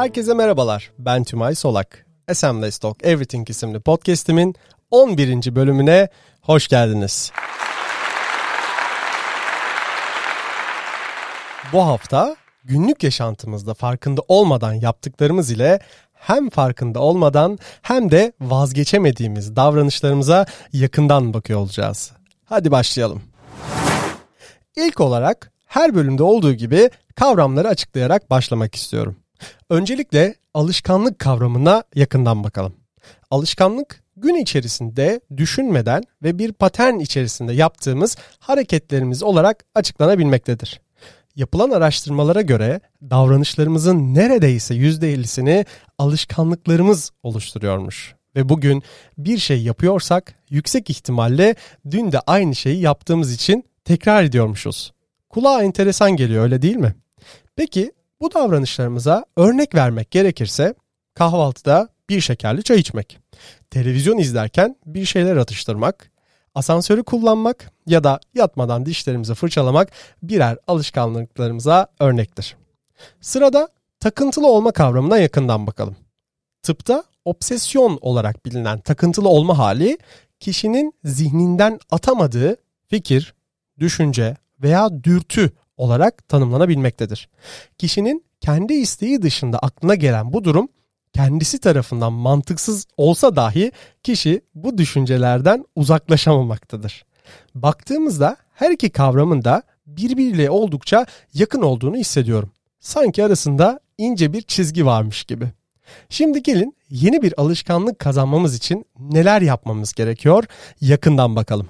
Herkese merhabalar, ben Tümay Solak. SM Let's Talk Everything isimli podcast'imin 11. bölümüne hoş geldiniz. Bu hafta günlük yaşantımızda farkında olmadan yaptıklarımız ile hem farkında olmadan hem de vazgeçemediğimiz davranışlarımıza yakından bakıyor olacağız. Hadi başlayalım. İlk olarak her bölümde olduğu gibi kavramları açıklayarak başlamak istiyorum. Öncelikle alışkanlık kavramına yakından bakalım. Alışkanlık, gün içerisinde düşünmeden ve bir patern içerisinde yaptığımız hareketlerimiz olarak açıklanabilmektedir. Yapılan araştırmalara göre davranışlarımızın neredeyse %50'sini alışkanlıklarımız oluşturuyormuş. Ve bugün bir şey yapıyorsak yüksek ihtimalle dün de aynı şeyi yaptığımız için tekrar ediyormuşuz. Kulağa enteresan geliyor, öyle değil mi? Peki bu davranışlarımıza örnek vermek gerekirse kahvaltıda bir şekerli çay içmek, televizyon izlerken bir şeyler atıştırmak, asansörü kullanmak ya da yatmadan dişlerimizi fırçalamak birer alışkanlıklarımıza örnektir. Sırada takıntılı olma kavramına yakından bakalım. Tıpta obsesyon olarak bilinen takıntılı olma hali, kişinin zihninden atamadığı fikir, düşünce veya dürtü olarak tanımlanabilmektedir. Kişinin kendi isteği dışında aklına gelen bu durum, kendisi tarafından mantıksız olsa dahi kişi bu düşüncelerden uzaklaşamamaktadır. Baktığımızda her iki kavramın da birbiriyle oldukça yakın olduğunu hissediyorum. Sanki arasında ince bir çizgi varmış gibi. Şimdi gelin yeni bir alışkanlık kazanmamız için neler yapmamız gerekiyor yakından bakalım.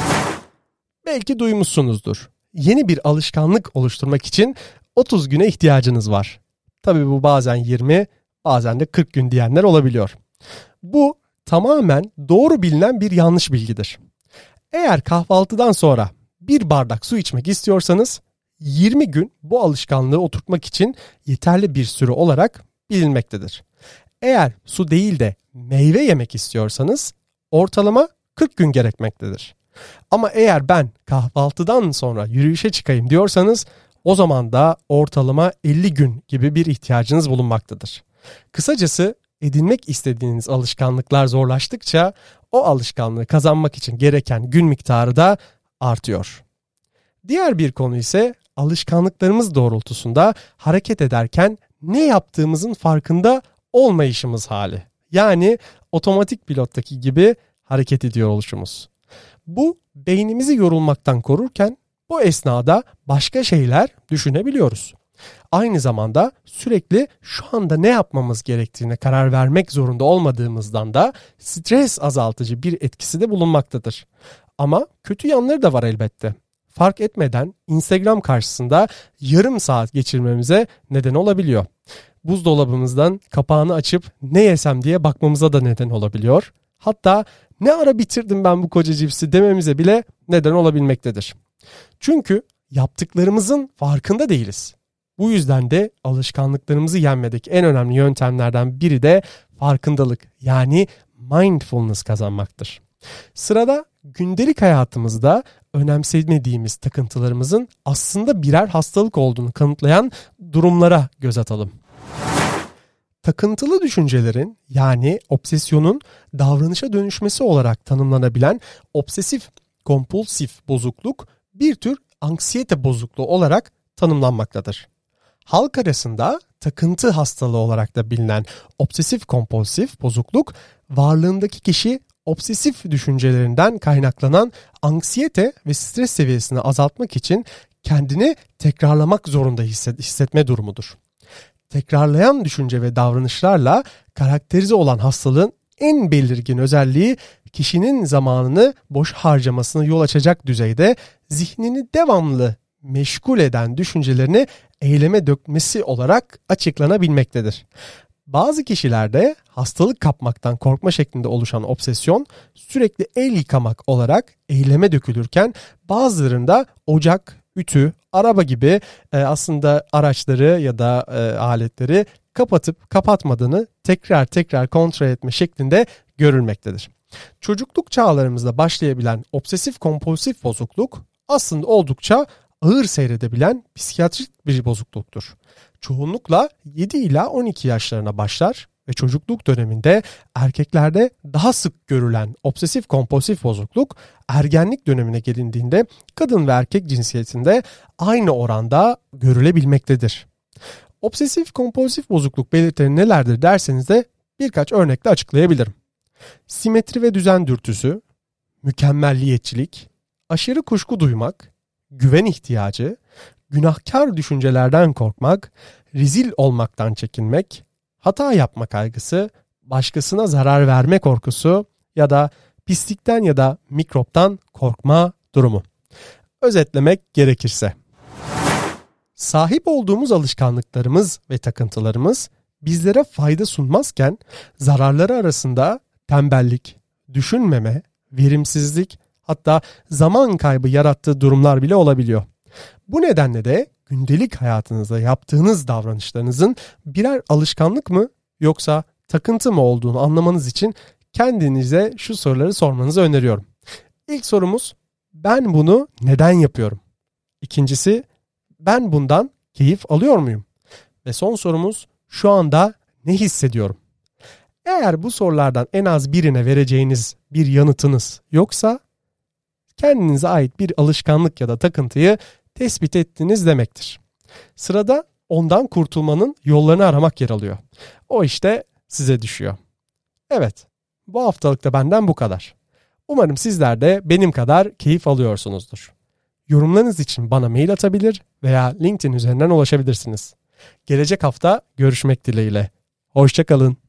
Belki duymuşsunuzdur. Yeni bir alışkanlık oluşturmak için 30 güne ihtiyacınız var. Tabii bu bazen 20, bazen de 40 gün diyenler olabiliyor. Bu tamamen doğru bilinen bir yanlış bilgidir. Eğer kahvaltıdan sonra bir bardak su içmek istiyorsanız 20 gün bu alışkanlığı oturtmak için yeterli bir süre olarak bilinmektedir. Eğer su değil de meyve yemek istiyorsanız ortalama 40 gün gerekmektedir. Ama eğer ben kahvaltıdan sonra yürüyüşe çıkayım diyorsanız o zaman da ortalama 50 gün gibi bir ihtiyacınız bulunmaktadır. Kısacası edinmek istediğiniz alışkanlıklar zorlaştıkça o alışkanlığı kazanmak için gereken gün miktarı da artıyor. Diğer bir konu ise alışkanlıklarımız doğrultusunda hareket ederken ne yaptığımızın farkında olmayışımız hali. Yani otomatik pilottaki gibi hareket ediyor oluşumuz. Bu beynimizi yorulmaktan korurken bu esnada başka şeyler düşünebiliyoruz. Aynı zamanda sürekli şu anda ne yapmamız gerektiğine karar vermek zorunda olmadığımızdan da stres azaltıcı bir etkisi de bulunmaktadır. Ama kötü yanları da var elbette. Fark etmeden Instagram karşısında yarım saat geçirmemize neden olabiliyor. Buzdolabımızdan kapağını açıp ne yesem diye bakmamıza da neden olabiliyor. Hatta ne ara bitirdim ben bu koca cipsi dememize bile neden olabilmektedir. Çünkü yaptıklarımızın farkında değiliz. Bu yüzden de alışkanlıklarımızı yenmedeki en önemli yöntemlerden biri de farkındalık, yani mindfulness kazanmaktır. Sırada gündelik hayatımızda önemsemediğimiz takıntılarımızın aslında birer hastalık olduğunu kanıtlayan durumlara göz atalım. Takıntılı düşüncelerin, yani obsesyonun davranışa dönüşmesi olarak tanımlanabilen obsesif kompulsif bozukluk bir tür anksiyete bozukluğu olarak tanımlanmaktadır. Halk arasında takıntı hastalığı olarak da bilinen obsesif kompulsif bozukluk, varlığındaki kişi obsesif düşüncelerinden kaynaklanan anksiyete ve stres seviyesini azaltmak için kendini tekrarlamak zorunda hissetme durumudur. Tekrarlayan düşünce ve davranışlarla karakterize olan hastalığın en belirgin özelliği kişinin zamanını boş harcamasına yol açacak düzeyde zihnini devamlı meşgul eden düşüncelerini eyleme dökmesi olarak açıklanabilmektedir. Bazı kişilerde hastalık kapmaktan korkma şeklinde oluşan obsesyon sürekli el yıkamak olarak eyleme dökülürken bazılarında ocak, ütü, araba gibi aslında araçları ya da aletleri kapatıp kapatmadığını tekrar kontrol etme şeklinde görülmektedir. Çocukluk çağlarımızda başlayabilen obsesif kompulsif bozukluk aslında oldukça ağır seyredebilen psikiyatrik bir bozukluktur. Çoğunlukla 7 ila 12 yaşlarına başlar ve çocukluk döneminde erkeklerde daha sık görülen obsesif kompulsif bozukluk ergenlik dönemine gelindiğinde kadın ve erkek cinsiyetinde aynı oranda görülebilmektedir. Obsesif kompulsif bozukluk belirtileri nelerdir derseniz de birkaç örnekle açıklayabilirim. Simetri ve düzen dürtüsü, mükemmelliyetçilik, aşırı kuşku duymak, güven ihtiyacı, günahkar düşüncelerden korkmak, rezil olmaktan çekinmek, hata yapma kaygısı, başkasına zarar verme korkusu ya da pislikten ya da mikroptan korkma durumu. Özetlemek gerekirse, sahip olduğumuz alışkanlıklarımız ve takıntılarımız bizlere fayda sunmazken zararları arasında tembellik, düşünmeme, verimsizlik, hatta zaman kaybı yarattığı durumlar bile olabiliyor. Bu nedenle de gündelik hayatınızda yaptığınız davranışlarınızın birer alışkanlık mı yoksa takıntı mı olduğunu anlamanız için kendinize şu soruları sormanızı öneriyorum. İlk sorumuz, ben bunu neden yapıyorum? İkincisi, ben bundan keyif alıyor muyum? Ve son sorumuz, şu anda ne hissediyorum? Eğer bu sorulardan en az birine vereceğiniz bir yanıtınız yoksa kendinize ait bir alışkanlık ya da takıntıyı tespit ettiniz demektir. Sırada ondan kurtulmanın yollarını aramak yer alıyor. O işte size düşüyor. Evet, bu haftalık da benden bu kadar. Umarım sizler de benim kadar keyif alıyorsunuzdur. Yorumlarınız için bana mail atabilir veya LinkedIn üzerinden ulaşabilirsiniz. Gelecek hafta görüşmek dileğiyle. Hoşça kalın.